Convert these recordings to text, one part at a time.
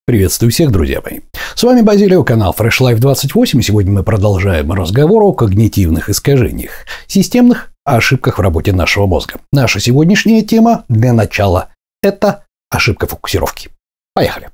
Приветствую всех, друзья мои. С вами Базилио, канал Fresh Life 28, и сегодня мы продолжаем разговор о когнитивных искажениях, системных ошибках в работе нашего мозга. Наша сегодняшняя тема для начала – это ошибка фокусировки. Поехали!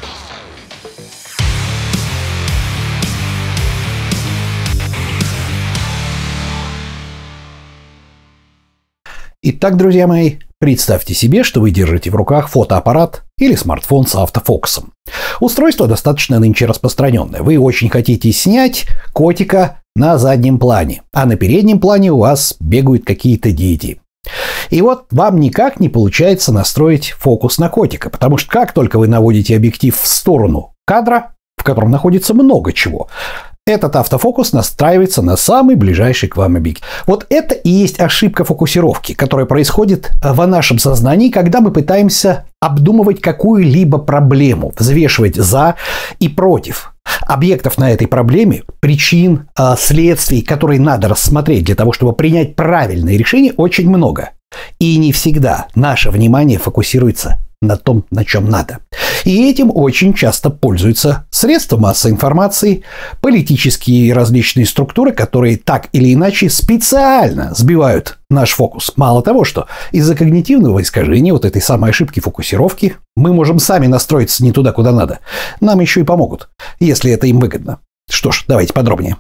Итак, друзья мои, представьте себе, что вы держите в руках фотоаппарат или смартфон с автофокусом. Устройство достаточно нынче распространенное. Вы очень хотите снять котика на заднем плане, а на переднем плане у вас бегают какие-то дети. И вот вам никак не получается настроить фокус на котика, потому что как только вы наводите объектив в сторону кадра, в котором находится много чего, этот автофокус настраивается на самый ближайший к вам объектив. Вот это и есть ошибка фокусировки, которая происходит в нашем сознании, когда мы пытаемся обдумывать какую-либо проблему, взвешивать за и против объектов на этой проблеме, причин, следствий, которые надо рассмотреть для того, чтобы принять правильное решение, очень много. И не всегда наше внимание фокусируется на том, на чем надо. И этим очень часто пользуются средства массовой информации, политические и различные структуры, которые так или иначе специально сбивают наш фокус. Мало того, что из-за когнитивного искажения, вот этой самой ошибки фокусировки, мы можем сами настроиться не туда, куда надо. Нам еще и помогут, если это им выгодно. Что ж, давайте подробнее.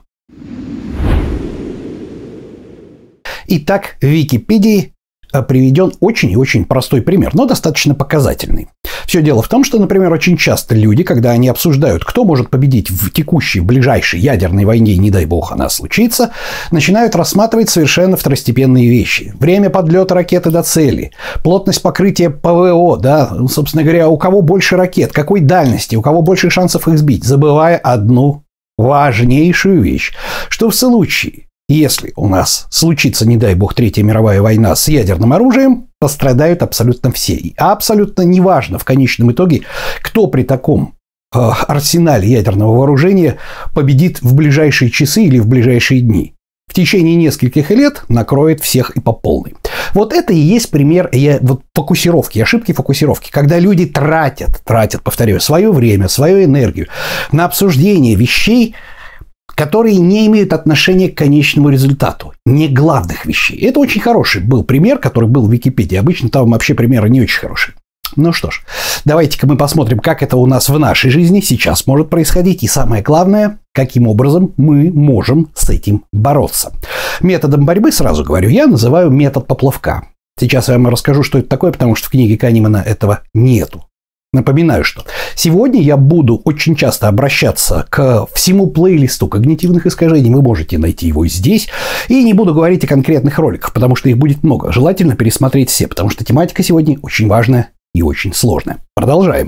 Итак, в Википедии приведен очень и очень простой пример, но достаточно показательный. Все дело в том, что, например, очень часто люди, когда они обсуждают, кто может победить в текущей, в ближайшей ядерной войне, и не дай бог она случится, начинают рассматривать совершенно второстепенные вещи. Время подлета ракеты до цели, плотность покрытия ПВО, да, собственно говоря, у кого больше ракет, какой дальности, у кого больше шансов их сбить, забывая одну важнейшую вещь, что в случае, если у нас случится, не дай бог, Третья мировая война с ядерным оружием, пострадают абсолютно все. И абсолютно неважно в конечном итоге, кто при таком арсенале ядерного вооружения победит в ближайшие часы или в ближайшие дни. В течение нескольких лет накроет всех и по полной. Вот это и есть пример фокусировки, ошибки фокусировки, когда люди тратят, повторяю, свое время, свою энергию на обсуждение вещей, которые не имеют отношения к конечному результату, не главных вещей. Это очень хороший был пример, который был в Википедии. Обычно там вообще примеры не очень хорошие. Ну что ж, давайте-ка мы посмотрим, как это у нас в нашей жизни сейчас может происходить. И самое главное, каким образом мы можем с этим бороться. Методом борьбы, сразу говорю, я называю метод поплавка. Сейчас я вам расскажу, что это такое, потому что в книге Канемана этого нету. Напоминаю, что сегодня я буду очень часто обращаться к всему плейлисту когнитивных искажений. Вы можете найти его здесь. И не буду говорить о конкретных роликах, потому что их будет много. Желательно пересмотреть все, потому что тематика сегодня очень важная и очень сложная. Продолжаем.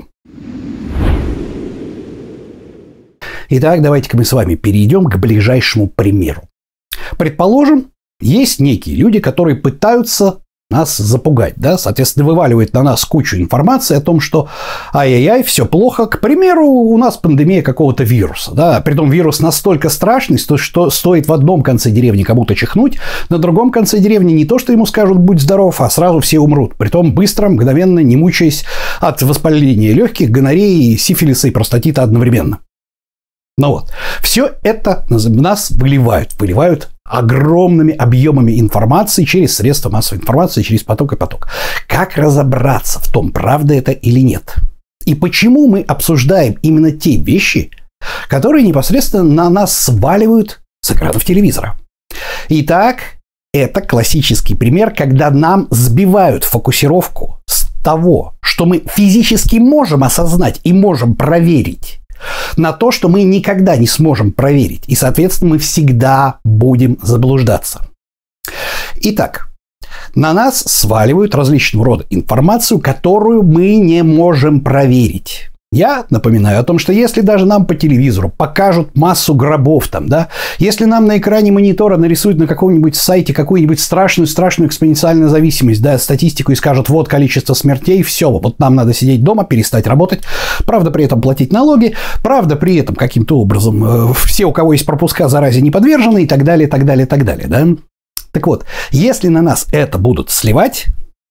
Итак, давайте-ка мы с вами перейдем к ближайшему примеру. Предположим, есть некие люди, которые пытаются нас запугать, да, соответственно, вываливает на нас кучу информации о том, что ай-яй-яй, все плохо. К примеру, у нас пандемия какого-то вируса, да, притом вирус настолько страшный, что стоит в одном конце деревни кому-то чихнуть, на другом конце деревни не то, что ему скажут «будь здоров», а сразу все умрут, притом быстро, мгновенно, не мучаясь от воспаления легких, гонореи, сифилиса и простатита одновременно. Ну вот, все это нас выливают огромными объемами информации через средства массовой информации, через поток и поток. Как разобраться в том, правда это или нет? И почему мы обсуждаем именно те вещи, которые непосредственно на нас сваливают с экранов телевизора? Итак, это классический пример, когда нам сбивают фокусировку с того, что мы физически можем осознать и можем проверить, на то, что мы никогда не сможем проверить. И, соответственно, мы всегда будем заблуждаться. Итак, на нас сваливают различного рода информацию, которую мы не можем проверить. Я напоминаю о том, что если даже нам по телевизору покажут массу гробов там, да, если нам на экране монитора нарисуют на каком-нибудь сайте какую-нибудь страшную экспоненциальную зависимость, да, статистику и скажут, вот количество смертей, все, вот нам надо сидеть дома, перестать работать, правда при этом платить налоги, правда при этом каким-то образом все, у кого есть пропуска, заразе не подвержены и так далее, да. Так вот, если на нас это будут сливать,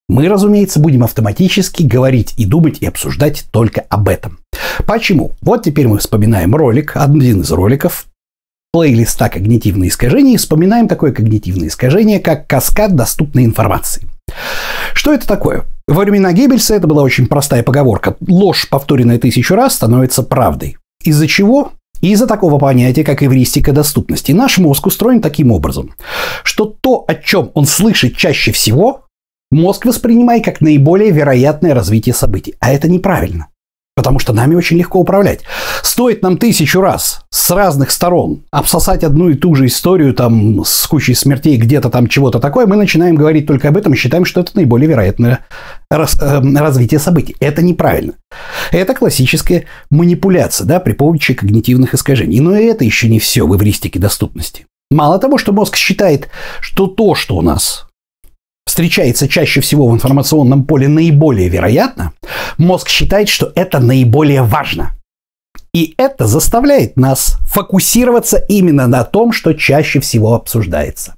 мы, разумеется, будем автоматически говорить и думать и обсуждать только об этом. Почему? Вот теперь мы вспоминаем ролик, один из роликов плейлиста «Когнитивные искажения», и вспоминаем такое когнитивное искажение, как каскад доступной информации. Что это такое? Во времена Геббельса это была очень простая поговорка. Ложь, повторенная 1000 раз, становится правдой. Из-за чего? Из-за такого понятия, как эвристика доступности. Наш мозг устроен таким образом, что то, о чем он слышит чаще всего, мозг воспринимает как наиболее вероятное развитие событий. А это неправильно. Потому что нами очень легко управлять. Стоит нам 1000 раз с разных сторон обсосать одну и ту же историю там, с кучей смертей, где-то там чего-то такое, мы начинаем говорить только об этом и считаем, что это наиболее вероятное развитие событий. Это неправильно. Это классическая манипуляция, да, при помощи когнитивных искажений. Но это еще не все в эвристике доступности. Мало того, что мозг считает, что то, что у нас встречается чаще всего в информационном поле наиболее вероятно, мозг считает, что это наиболее важно. И это заставляет нас фокусироваться именно на том, что чаще всего обсуждается.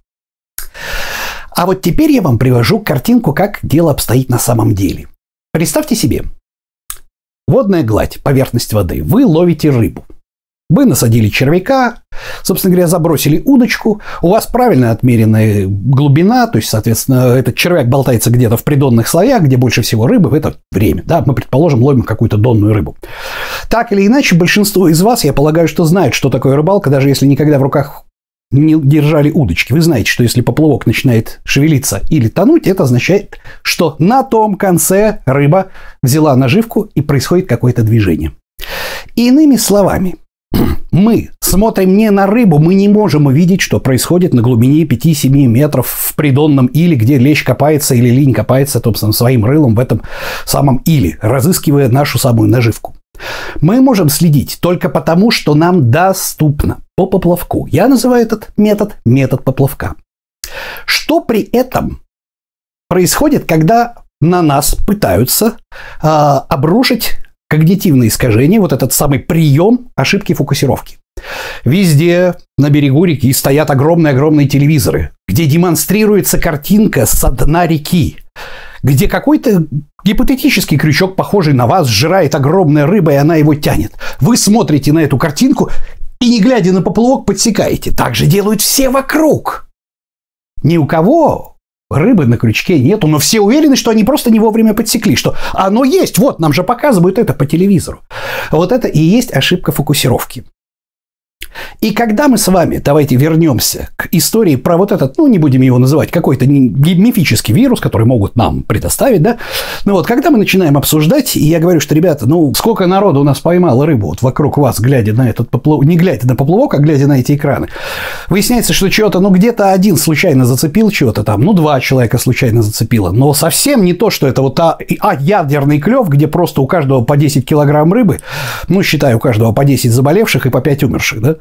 А вот теперь я вам привожу картинку, как дело обстоит на самом деле. Представьте себе, водная гладь, поверхность воды, вы ловите рыбу. Вы насадили червяка, собственно говоря, забросили удочку, у вас правильно отмеренная глубина, то есть, соответственно, этот червяк болтается где-то в придонных слоях, где больше всего рыбы в это время. Да, мы, предположим, ловим какую-то донную рыбу. Так или иначе, большинство из вас, я полагаю, что знают, что такое рыбалка, даже если никогда в руках не держали удочки. Вы знаете, что если поплавок начинает шевелиться или тонуть, это означает, что на том конце рыба взяла наживку и происходит какое-то движение. Иными словами, мы смотрим не на рыбу, мы не можем увидеть, что происходит на глубине 5-7 метров в придонном иле, где лещ копается или линь копается, собственно, своим рылом в этом самом иле, разыскивая нашу самую наживку. Мы можем следить только потому, что нам доступно по поплавку. Я называю этот метод поплавка. Что при этом происходит, когда на нас пытаются обрушить когнитивные искажения, вот этот самый прием ошибки фокусировки. Везде на берегу реки стоят огромные-огромные телевизоры, где демонстрируется картинка со дна реки, где какой-то гипотетический крючок, похожий на вас, сжирает огромная рыба, и она его тянет. Вы смотрите на эту картинку и, не глядя на поплавок, подсекаете. Так же делают все вокруг. Ни у кого рыбы на крючке нету, но все уверены, что они просто не вовремя подсекли, что оно есть, вот, нам же показывают это по телевизору. Вот это и есть ошибка фокусировки. И когда мы с вами, давайте вернемся к истории про вот этот, ну, не будем его называть, какой-то мифический вирус, который могут нам предоставить, да, ну вот, когда мы начинаем обсуждать, и я говорю, что, ребята, ну, сколько народу у нас поймало рыбу вот вокруг вас, глядя на этот поплавок, не глядя на поплавок, а глядя на эти экраны, выясняется, что чего-то, ну, где-то один случайно зацепил чего-то там, ну, 2 человека случайно зацепило, но совсем не то, что это вот ядерный клев, где просто у каждого по 10 килограмм рыбы, ну, считай, у каждого по 10 заболевших и по 5 умерших, да.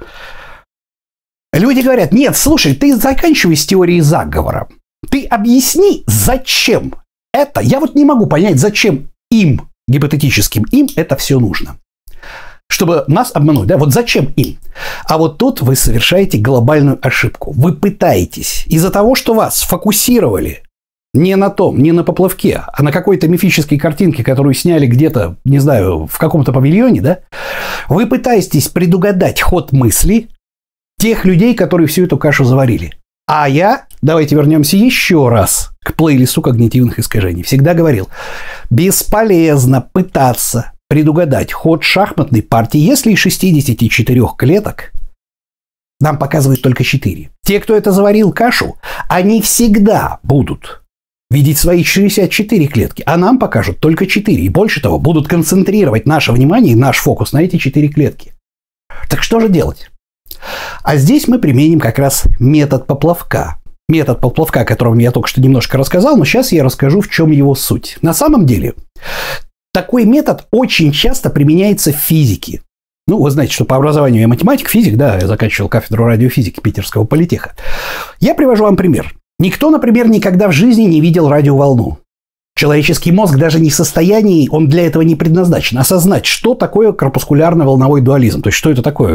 Люди говорят, нет, слушай, ты заканчивай с теорией заговора. Ты объясни, зачем это. Я вот не могу понять, зачем им, гипотетическим им, это все нужно. Чтобы нас обмануть, да, вот зачем им? А вот тут вы совершаете глобальную ошибку. Вы пытаетесь из-за того, что вас сфокусировали не на том, не на поплавке, а на какой-то мифической картинке, которую сняли где-то, не знаю, в каком-то павильоне, да, вы пытаетесь предугадать ход мысли тех людей, которые всю эту кашу заварили. А я, давайте вернемся еще раз к плейлисту когнитивных искажений. Всегда говорил, бесполезно пытаться предугадать ход шахматной партии, если из 64 клеток нам показывают только 4. Те, кто это заварил кашу, они всегда будут видеть свои 64 клетки, а нам покажут только 4. И больше того, будут концентрировать наше внимание и наш фокус на эти 4 клетки. Так что же делать? А здесь мы применим как раз метод поплавка. Метод поплавка, о котором я только что немножко рассказал, но сейчас я расскажу, в чем его суть. На самом деле, такой метод очень часто применяется в физике. Ну, вы знаете, что по образованию я математик, физик, да, я заканчивал кафедру радиофизики Питерского политеха. Я привожу вам пример. Никто, например, никогда в жизни не видел радиоволну. Человеческий мозг даже не в состоянии, он для этого не предназначен, осознать, что такое корпускулярно-волновой дуализм. То есть, что это такое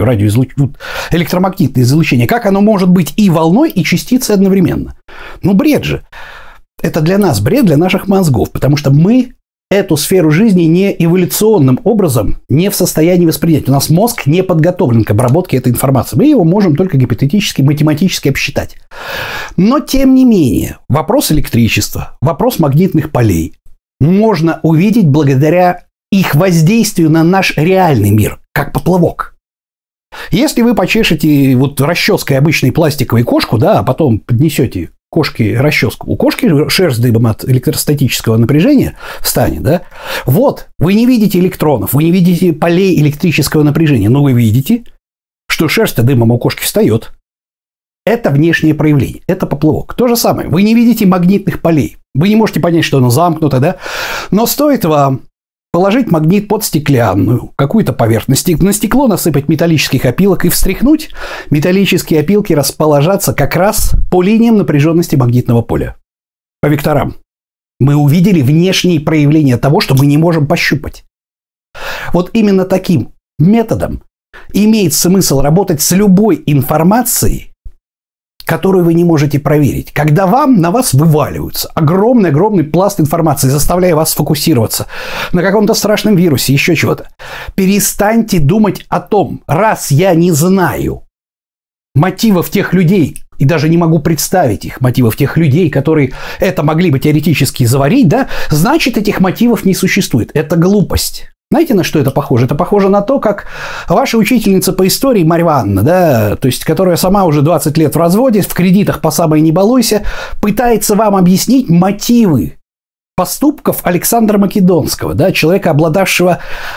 электромагнитное излучение. Как оно может быть и волной, и частицей одновременно. Ну, бред же. это для нас бред, для наших мозгов, потому что мы эту сферу жизни не эволюционным образом не в состоянии воспринять. У нас мозг не подготовлен к обработке этой информации. Мы его можем только гипотетически, математически обсчитать. Но, тем не менее, вопрос электричества, вопрос магнитных полей можно увидеть благодаря их воздействию на наш реальный мир, как поплавок. Если вы почешете вот расческой обычной пластиковой кошку, да, а потом поднесете кошке расческу, у кошки шерсть дыбом от электростатического напряжения встанет, да? Вот, вы не видите электронов, вы не видите полей электрического напряжения, но вы видите, что шерсть дымом у кошки встает. Это внешнее проявление, это поплавок. То же самое, вы не видите магнитных полей, вы не можете понять, что оно замкнуто, да? Но стоит вам положить магнит под стеклянную какую-то поверхность, на стекло насыпать металлических опилок и встряхнуть, металлические опилки расположатся как раз по линиям напряженности магнитного поля, по векторам. Мы увидели внешние проявления того, что мы не можем пощупать. Вот именно таким методом имеет смысл работать с любой информацией, которую вы не можете проверить. Когда на вас вываливаются огромный пласт информации, заставляя вас сфокусироваться на каком-то страшном вирусе, еще чего-то. Перестаньте думать о том, раз я не знаю мотивов тех людей, и даже не могу представить их мотивов тех людей, которые это могли бы теоретически заварить, да, значит, этих мотивов не существует. Это глупость. Знаете, на что это похоже? Это похоже на то, как ваша учительница по истории Марья Ивановна, да, то есть, которая сама уже 20 лет в разводе, в кредитах по самой не балуйся, пытается вам объяснить мотивы поступков Александра Македонского, да, человека, обладавшего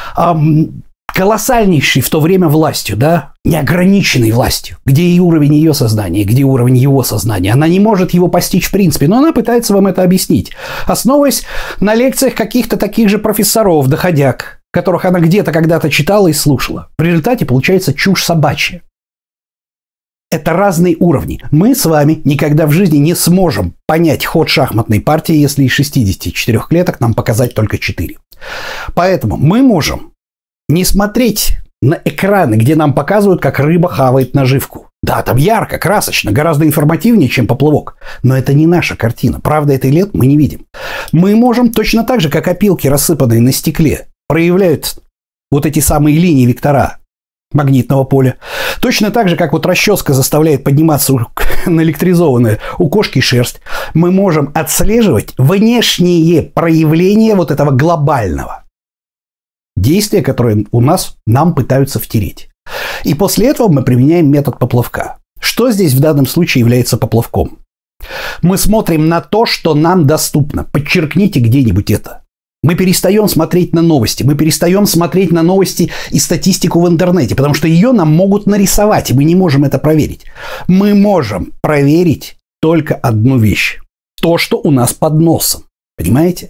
колоссальнейшей в то время властью, да, неограниченной властью, где и уровень ее сознания, где уровень его сознания. Она не может его постичь в принципе, но она пытается вам это объяснить, основываясь на лекциях каких-то таких же профессоров, доходяг, которых она где-то когда-то читала и слушала. В результате получается чушь собачья. Это разные уровни. Мы с вами никогда в жизни не сможем понять ход шахматной партии, если из 64 клеток нам показать только 4. Поэтому мы можем не смотреть на экраны, где нам показывают, как рыба хавает наживку. Да, там ярко, красочно, гораздо информативнее, чем поплавок. Но это не наша картина. Правда, этой лет мы не видим. Мы можем точно так же, как опилки, рассыпанные на стекле, проявляют вот эти самые линии вектора магнитного поля. Точно так же, как вот расческа заставляет подниматься наэлектризованная у кошки шерсть, мы можем отслеживать внешние проявления вот этого глобального действия, которое нам пытаются втереть. И после этого мы применяем метод поплавка. Что здесь в данном случае является поплавком? Мы смотрим на то, что нам доступно. Подчеркните где-нибудь это. Мы перестаем смотреть на новости. Мы перестаем смотреть на новости и статистику в интернете, потому что ее нам могут нарисовать, и мы не можем это проверить. Мы можем проверить только одну вещь. То, что у нас под носом. Понимаете?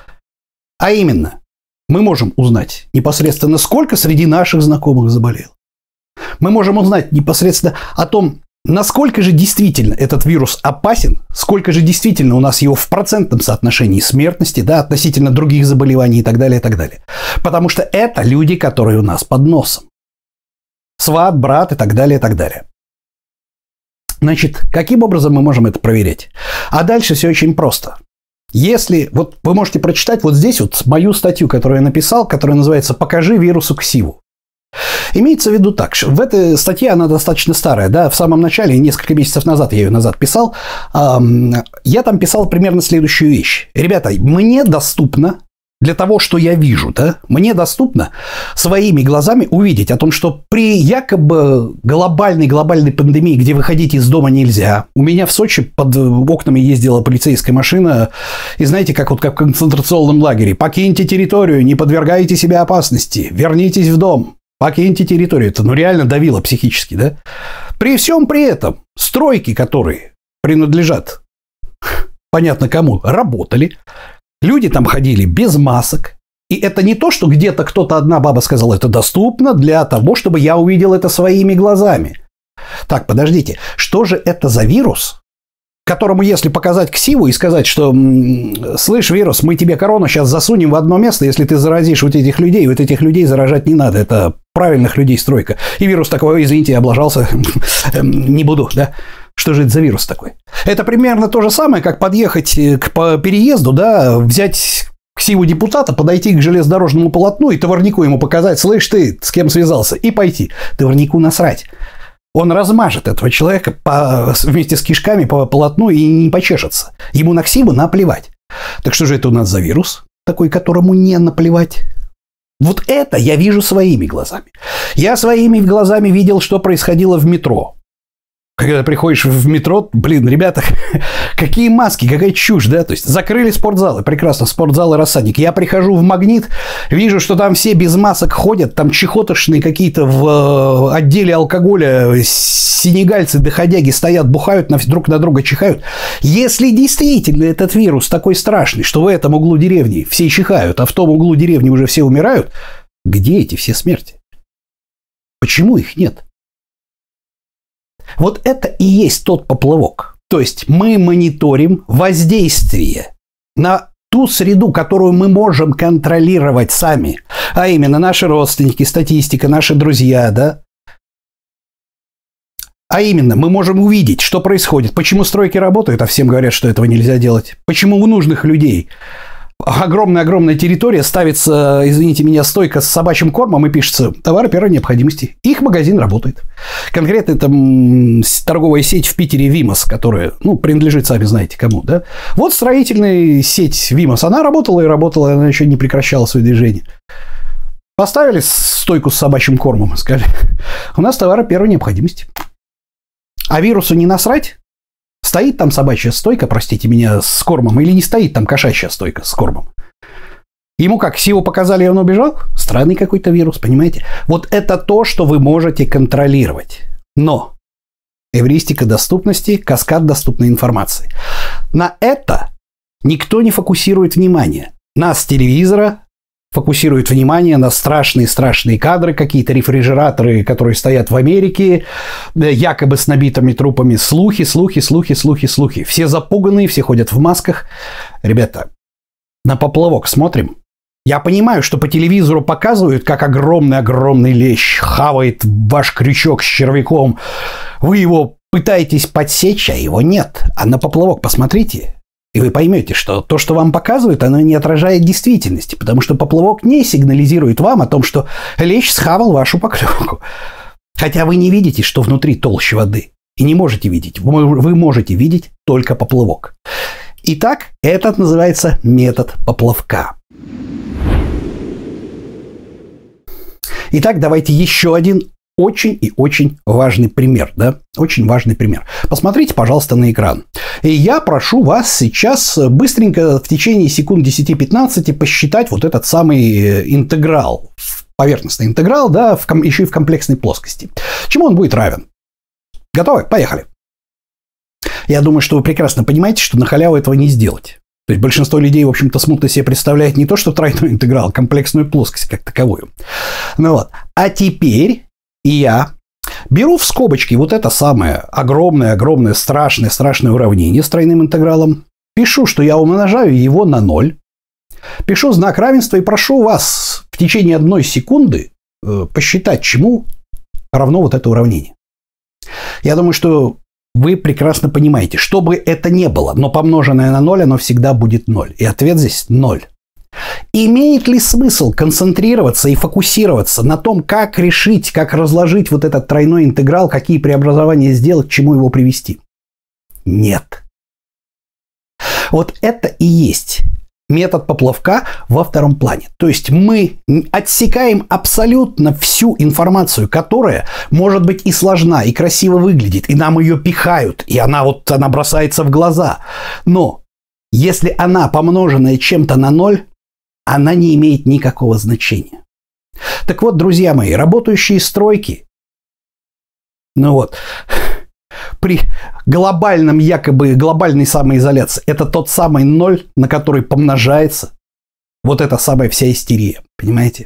А именно, мы можем узнать непосредственно, сколько среди наших знакомых заболело. Мы можем узнать непосредственно о том, насколько же действительно этот вирус опасен, сколько же действительно у нас его в процентном соотношении смертности, да, относительно других заболеваний и так далее, и так далее. Потому что это люди, которые у нас под носом. Сват, брат и так далее, и так далее. Значит, каким образом мы можем это проверять? А дальше все очень просто. Если, вот вы можете прочитать вот здесь вот мою статью, которую я написал, которая называется «Покажи вирусу ксиву». Имеется в виду так, что в этой статье, она достаточно старая, да, в самом начале, несколько месяцев назад я ее писал, я там писал примерно следующую вещь. Ребята, мне доступно, для того, что я вижу, да, мне доступно своими глазами увидеть о том, что при якобы глобальной пандемии, где выходить из дома нельзя, у меня в Сочи под окнами ездила полицейская машина, и знаете, как вот как в концентрационном лагере: покиньте территорию, не подвергайте себя опасности, вернитесь в дом. Покиньте территорию. Это реально давило психически, да? При всем при этом стройки, которые принадлежат понятно кому, работали. Люди там ходили без масок. И это не то, что где-то кто-то, одна баба сказала, это доступно для того, чтобы я увидел это своими глазами. Так, подождите, что же это за вирус, которому, если показать ксиву и сказать, что, слышь, вирус, мы тебе корону сейчас засунем в одно место, если ты заразишь вот этих людей заражать не надо, это правильных людей стройка. И вирус такой: извините, я облажался, не буду, да? Что же это за вирус такой? Это примерно то же самое, как подъехать по переезду, да, взять ксиву депутата, подойти к железнодорожному полотну и товарнику ему показать: слышь, ты с кем связался, и пойти. Товарнику насрать. Он размажет этого человека вместе с кишками по полотну и не почешется. Ему на ксиву наплевать. Так что же это у нас за вирус такой, которому не наплевать? Вот это я вижу своими глазами. Я своими глазами видел, что происходило в метро. Когда приходишь в метро, блин, ребята, какие маски, какая чушь, да? То есть закрыли спортзалы, прекрасно, спортзалы «Рассадник». Я прихожу в «Магнит», вижу, что там все без масок ходят, там чехотошные какие-то в отделе алкоголя сенегальцы, доходяги стоят, бухают, друг на друга чихают. Если действительно этот вирус такой страшный, что в этом углу деревни все чихают, а в том углу деревни уже все умирают, где эти все смерти? Почему их нет? Вот это и есть тот поплавок. То есть мы мониторим воздействие на ту среду, которую мы можем контролировать сами. А именно наши родственники, статистика, наши друзья, да? А именно, мы можем увидеть, что происходит, почему стройки работают, а всем говорят, что этого нельзя делать. Почему у нужных людей огромная-огромная территория, ставится, извините меня, стойка с собачьим кормом и пишется «товары первой необходимости». Их магазин работает. Конкретно там торговая сеть в Питере «Вимос», которая, принадлежит, сами знаете кому, да? Вот строительная сеть «Вимос», она работала и работала, она еще не прекращала свои движения. Поставили стойку с собачьим кормом, сказали: у нас товары первой необходимости. А вирусу не насрать? Стоит там собачья стойка, простите меня, с кормом, или не стоит там кошачья стойка с кормом? Ему как, силу показали, и он убежал? Странный какой-то вирус, понимаете? Вот это то, что вы можете контролировать. Но эвристика доступности, каскад доступной информации. На это никто не фокусирует внимание. Нас с телевизора фокусирует внимание на страшные-страшные кадры, какие-то рефрижераторы, которые стоят в Америке, якобы с набитыми трупами, слухи. Все запуганные, все ходят в масках. Ребята, на поплавок смотрим. Я понимаю, что по телевизору показывают, как огромный лещ хавает ваш крючок с червяком. Вы его пытаетесь подсечь, а его нет. А на поплавок посмотрите. И вы поймете, что то, что вам показывают, оно не отражает действительности, потому что поплавок не сигнализирует вам о том, что лещ схавал вашу поклевку. Хотя вы не видите, что внутри толще воды. И не можете видеть. Вы можете видеть только поплавок. Итак, этот называется метод поплавка. Итак, давайте еще один очень и очень важный пример, да? Очень важный пример. Посмотрите, пожалуйста, на экран. И я прошу вас сейчас быстренько в течение секунд 10-15 посчитать вот этот самый интеграл, поверхностный интеграл, да, еще и в комплексной плоскости. Чему он будет равен? Готовы? Поехали. Я думаю, что вы прекрасно понимаете, что на халяву этого не сделать. То есть большинство людей, в общем-то, смутно себе представляет не то, что тройной интеграл, а комплексную плоскость как таковую. Ну вот. А теперь я беру в скобочки вот это самое огромное, страшное уравнение с тройным интегралом. Пишу, что я умножаю его на 0. Пишу знак равенства и прошу вас в течение 1 секунды посчитать, чему равно вот это уравнение. Я думаю, что вы прекрасно понимаете, что бы это ни было, но помноженное на 0, оно всегда будет 0. И ответ здесь 0. Имеет ли смысл концентрироваться и фокусироваться на том, как решить, как разложить вот этот тройной интеграл, какие преобразования сделать, к чему его привести? Нет. Вот это и есть метод поплавка во втором плане. То есть мы отсекаем абсолютно всю информацию, которая может быть и сложна, и красиво выглядит, и нам ее пихают, и она бросается в глаза. Но если она помноженная чем-то на 0, она не имеет никакого значения. Так вот, друзья мои, работающие стройки, при глобальной самоизоляции, это тот самый 0, на который помножается вот эта самая вся истерия. Понимаете?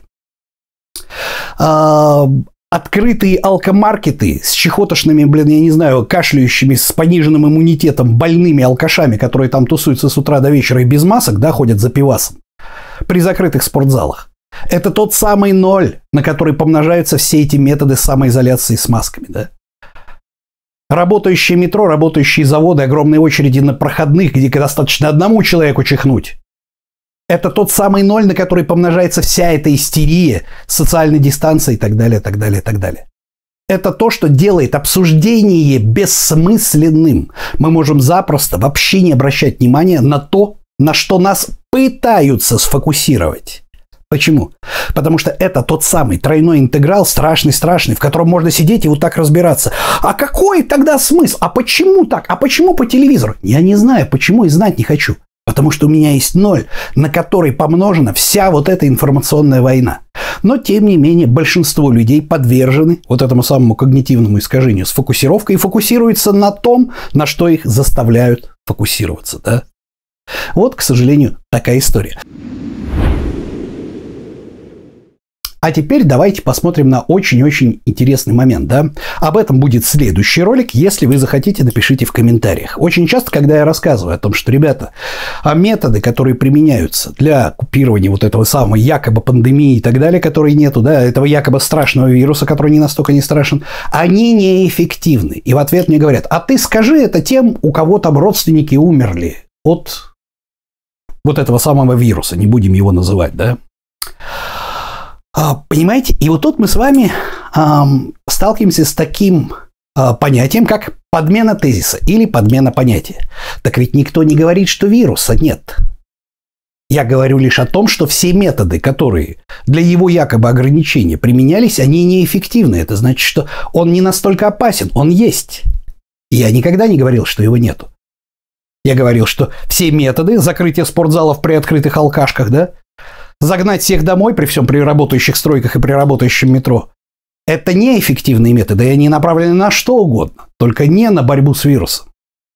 Открытые алкомаркеты с чехотошными, я не знаю, кашляющими, с пониженным иммунитетом, больными алкашами, которые там тусуются с утра до вечера и без масок, да, ходят за пивасом, при закрытых спортзалах. Это тот самый 0, на который помножаются все эти методы самоизоляции с масками, да? Работающее метро, работающие заводы, огромные очереди на проходных, где достаточно одному человеку чихнуть. Это тот самый ноль, на который помножается вся эта истерия, социальной дистанции и так далее, так далее, так далее. Это то, что делает обсуждение бессмысленным. Мы можем запросто вообще не обращать внимания на то, на что нас пытаются сфокусировать. Почему? Потому что это тот самый тройной интеграл, страшный, в котором можно сидеть и вот так разбираться. А какой тогда смысл? А почему так? А почему по телевизору? Я не знаю, почему и знать не хочу. Потому что у меня есть ноль, на который помножена вся вот эта информационная война. Но, тем не менее, большинство людей подвержены вот этому самому когнитивному искажению с фокусировкой и фокусируются на том, на что их заставляют фокусироваться. Да? Вот, к сожалению, такая история. А теперь давайте посмотрим на очень-очень интересный момент. Да? Об этом будет следующий ролик. Если вы захотите, напишите в комментариях. Очень часто, когда я рассказываю о том, что, ребята, методы, которые применяются для купирования вот этого самого якобы пандемии и так далее, которой нету, да, этого якобы страшного вируса, который не настолько не страшен, они неэффективны. И в ответ мне говорят: а ты скажи это тем, у кого там родственники умерли от вот этого самого вируса. Не будем его называть, да? Понимаете? И вот тут мы с вами сталкиваемся с таким понятием, как подмена тезиса или подмена понятия. Так ведь никто не говорит, что вируса нет. Я говорю лишь о том, что все методы, которые для его якобы ограничения применялись, они неэффективны. Это значит, что он не настолько опасен, он есть. И я никогда не говорил, что его нету. Я говорил, что все методы закрытия спортзалов при открытых алкашках, да, загнать всех домой при работающих стройках и при работающем метро. Это неэффективные методы, и они направлены на что угодно, только не на борьбу с вирусом.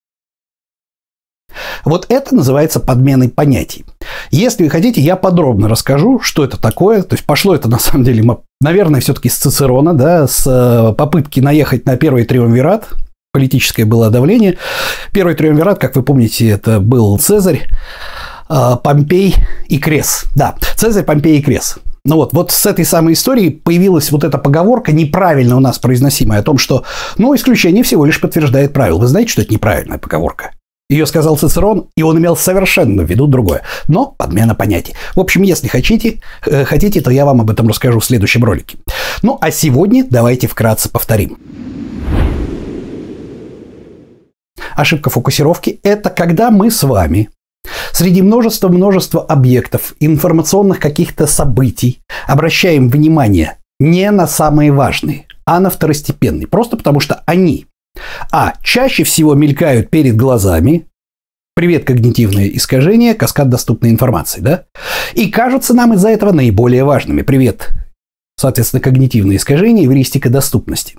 Вот это называется подменой понятий. Если вы хотите, я подробно расскажу, что это такое. То есть пошло это, на самом деле, наверное, все-таки с Цицерона, да, с попытки наехать на первый триумвират. Политическое было давление. Первый триумвират, как вы помните, это был Цезарь, Помпей и Крес. Да, Цезарь, Помпей и Крес. Ну вот с этой самой истории появилась вот эта поговорка, неправильно у нас произносимая, о том, что, исключение всего лишь подтверждает правило. Вы знаете, что это неправильная поговорка? Ее сказал Цицерон, и он имел совершенно в виду другое. Но подмена понятий. В общем, если хотите, то я вам об этом расскажу в следующем ролике. Ну, а сегодня давайте вкратце повторим. Ошибка фокусировки – это когда мы с вами среди множества объектов, информационных каких-то событий обращаем внимание не на самые важные, а на второстепенные. Просто потому что они, чаще всего мелькают перед глазами, привет, когнитивное искажение, каскад доступной информации, да, и кажутся нам из-за этого наиболее важными. Привет, соответственно, когнитивное искажение, эвристика доступности.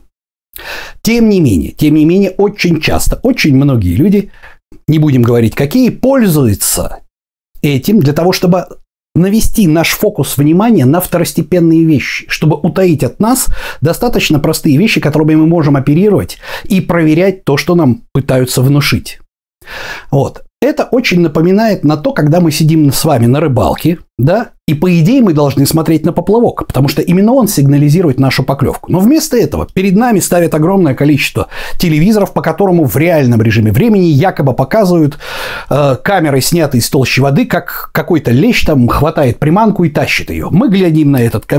Тем не менее, очень часто, очень многие люди, не будем говорить какие, пользуются этим для того, чтобы навести наш фокус внимания на второстепенные вещи, чтобы утаить от нас достаточно простые вещи, которыми мы можем оперировать и проверять то, что нам пытаются внушить. Вот. Это очень напоминает на то, когда мы сидим с вами на рыбалке, да, и по идее мы должны смотреть на поплавок, потому что именно он сигнализирует нашу поклевку. Но вместо этого перед нами ставят огромное количество телевизоров, по которому в реальном режиме времени якобы показывают камерой, снятой из толщи воды, как какой-то лещ там хватает приманку и тащит ее. Мы глядим на этот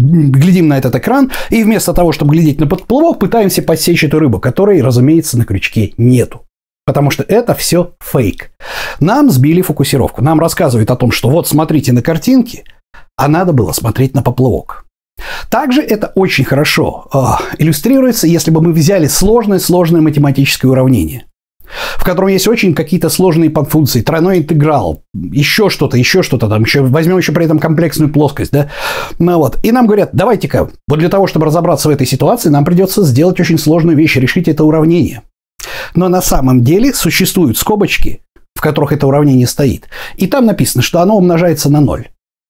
экран, и вместо того, чтобы глядеть на поплавок, пытаемся подсечь эту рыбу, которой, разумеется, на крючке нету. Потому что это все фейк. Нам сбили фокусировку. Нам рассказывают о том, что вот смотрите на картинки, а надо было смотреть на поплавок. Также это очень хорошо иллюстрируется, если бы мы взяли сложное математическое уравнение, в котором есть очень какие-то сложные подфункции, тройной интеграл, еще что-то, там возьмем еще при этом комплексную плоскость, да, и нам говорят: давайте-ка, вот для того, чтобы разобраться в этой ситуации, нам придется сделать очень сложную вещь, решить это уравнение. Но на самом деле существуют скобочки, в которых это уравнение стоит. И там написано, что оно умножается на 0.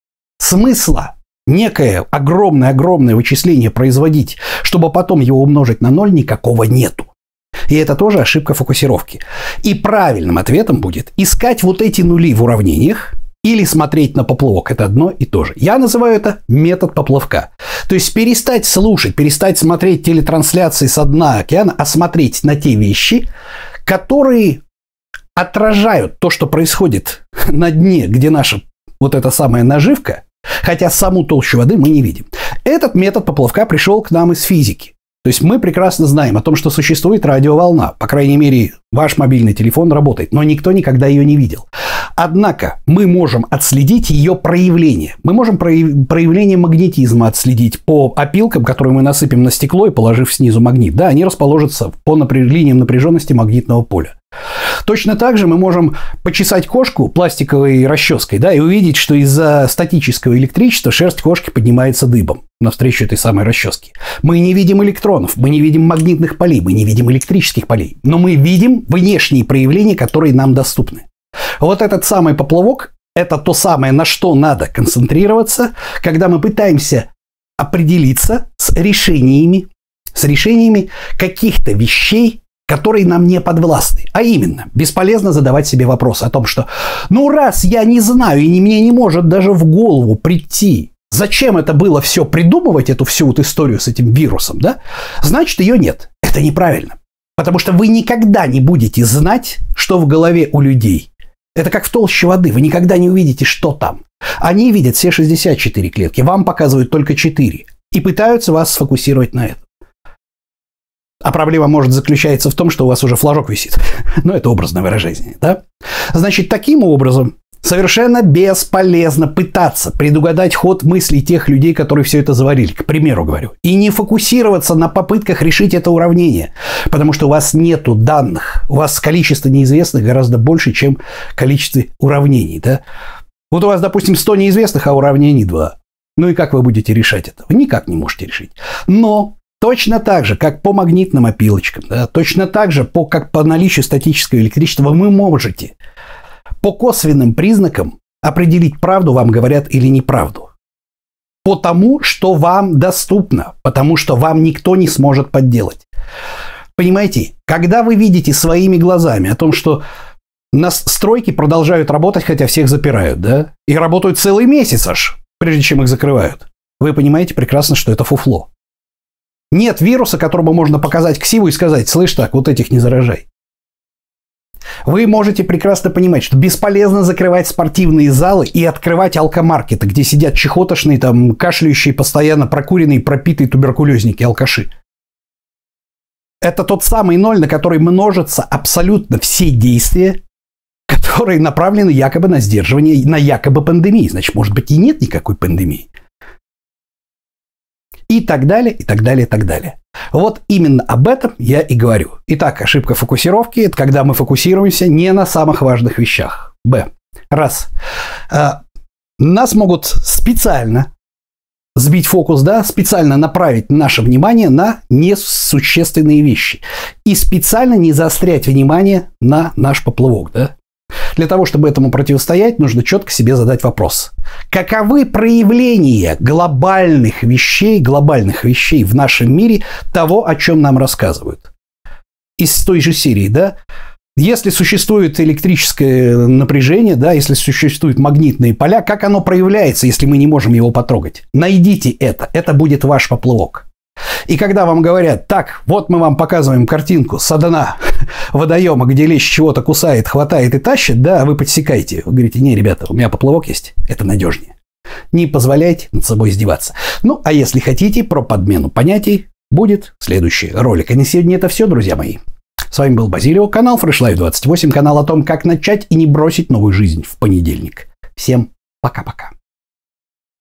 Смысла некое огромное вычисление производить, чтобы потом его умножить на 0, никакого нету. И это тоже ошибка фокусировки. И правильным ответом будет искать вот эти нули в уравнениях или смотреть на поплавок – это одно и то же. Я называю это метод поплавка. То есть перестать слушать, перестать смотреть телетрансляции со дна океана, а смотреть на те вещи, которые отражают то, что происходит на дне, где наша вот эта самая наживка, хотя саму толщу воды мы не видим. Этот метод поплавка пришел к нам из физики. То есть мы прекрасно знаем о том, что существует радиоволна. По крайней мере, ваш мобильный телефон работает, но никто никогда ее не видел. Однако мы можем отследить ее проявление. Мы можем проявление магнетизма отследить по опилкам, которые мы насыпем на стекло и положив снизу магнит. Да, они расположатся по линиям напряженности магнитного поля. Точно так же мы можем почесать кошку пластиковой расческой, да, и увидеть, что из-за статического электричества шерсть кошки поднимается дыбом навстречу этой самой расческе. Мы не видим электронов, мы не видим магнитных полей, мы не видим электрических полей, но мы видим внешние проявления, которые нам доступны. Вот этот самый поплавок – это то самое, на что надо концентрироваться, когда мы пытаемся определиться с решениями каких-то вещей, которые нам не подвластны. А именно, бесполезно задавать себе вопрос о том, что ну раз я не знаю и мне не может даже в голову прийти, зачем это было все придумывать, эту всю вот историю с этим вирусом, да, значит ее нет. Это неправильно. Потому что вы никогда не будете знать, что в голове у людей. Это как в толще воды. Вы никогда не увидите, что там. Они видят все 64 клетки, вам показывают только 4 и пытаются вас сфокусировать на этом. А проблема может заключаться в том, что у вас уже флажок висит. Но это образное выражение, да? Значит, таким образом совершенно бесполезно пытаться предугадать ход мыслей тех людей, которые все это заварили, к примеру говорю, и не фокусироваться на попытках решить это уравнение, потому что у вас нету данных, у вас количество неизвестных гораздо больше, чем количество уравнений, да? Вот у вас, допустим, 100 неизвестных, а уравнений 2. Ну и как вы будете решать это? Вы никак не можете решить. Но точно так же, как по магнитным опилочкам, да, точно так же, как по наличию статического электричества, вы можете по косвенным признакам определить, правду вам говорят или неправду. По тому, что вам доступно, потому что вам никто не сможет подделать. Понимаете, когда вы видите своими глазами о том, что стройки продолжают работать, хотя всех запирают, да, и работают целый месяц аж, прежде чем их закрывают, вы понимаете прекрасно, что это фуфло. Нет вируса, которому можно показать ксиву и сказать: слышь, так, вот этих не заражай. Вы можете прекрасно понимать, что бесполезно закрывать спортивные залы и открывать алкомаркеты, где сидят чехотошные, там, кашляющие, постоянно прокуренные, пропитые туберкулезники, алкаши. Это тот самый ноль, на который множатся абсолютно все действия, которые направлены якобы на сдерживание, на якобы пандемии. Значит, может быть, и нет никакой пандемии. И так далее, и так далее, и так далее. Вот именно об этом я и говорю. Итак, ошибка фокусировки – это когда мы фокусируемся не на самых важных вещах. Б. Раз. Нас могут специально сбить фокус, да, специально направить наше внимание на несущественные вещи. И специально не заострять внимание на наш поплавок, да. Для того, чтобы этому противостоять, нужно четко себе задать вопрос. Каковы проявления глобальных вещей в нашем мире того, о чем нам рассказывают? Из той же серии, да? Если существует электрическое напряжение, да, если существуют магнитные поля, как оно проявляется, если мы не можем его потрогать? Найдите это. Это будет ваш поплавок. И когда вам говорят: так, вот мы вам показываем картинку со дна водоема, где лещ чего-то кусает, хватает и тащит, да, а вы подсекаете. Вы говорите: не, ребята, у меня поплавок есть, это надежнее. Не позволяйте над собой издеваться. Ну, а если хотите про подмену понятий, будет следующий ролик. И на сегодня это все, друзья мои. С вами был Базилио, канал Fresh Life 28, канал о том, как начать и не бросить новую жизнь в понедельник. Всем пока-пока.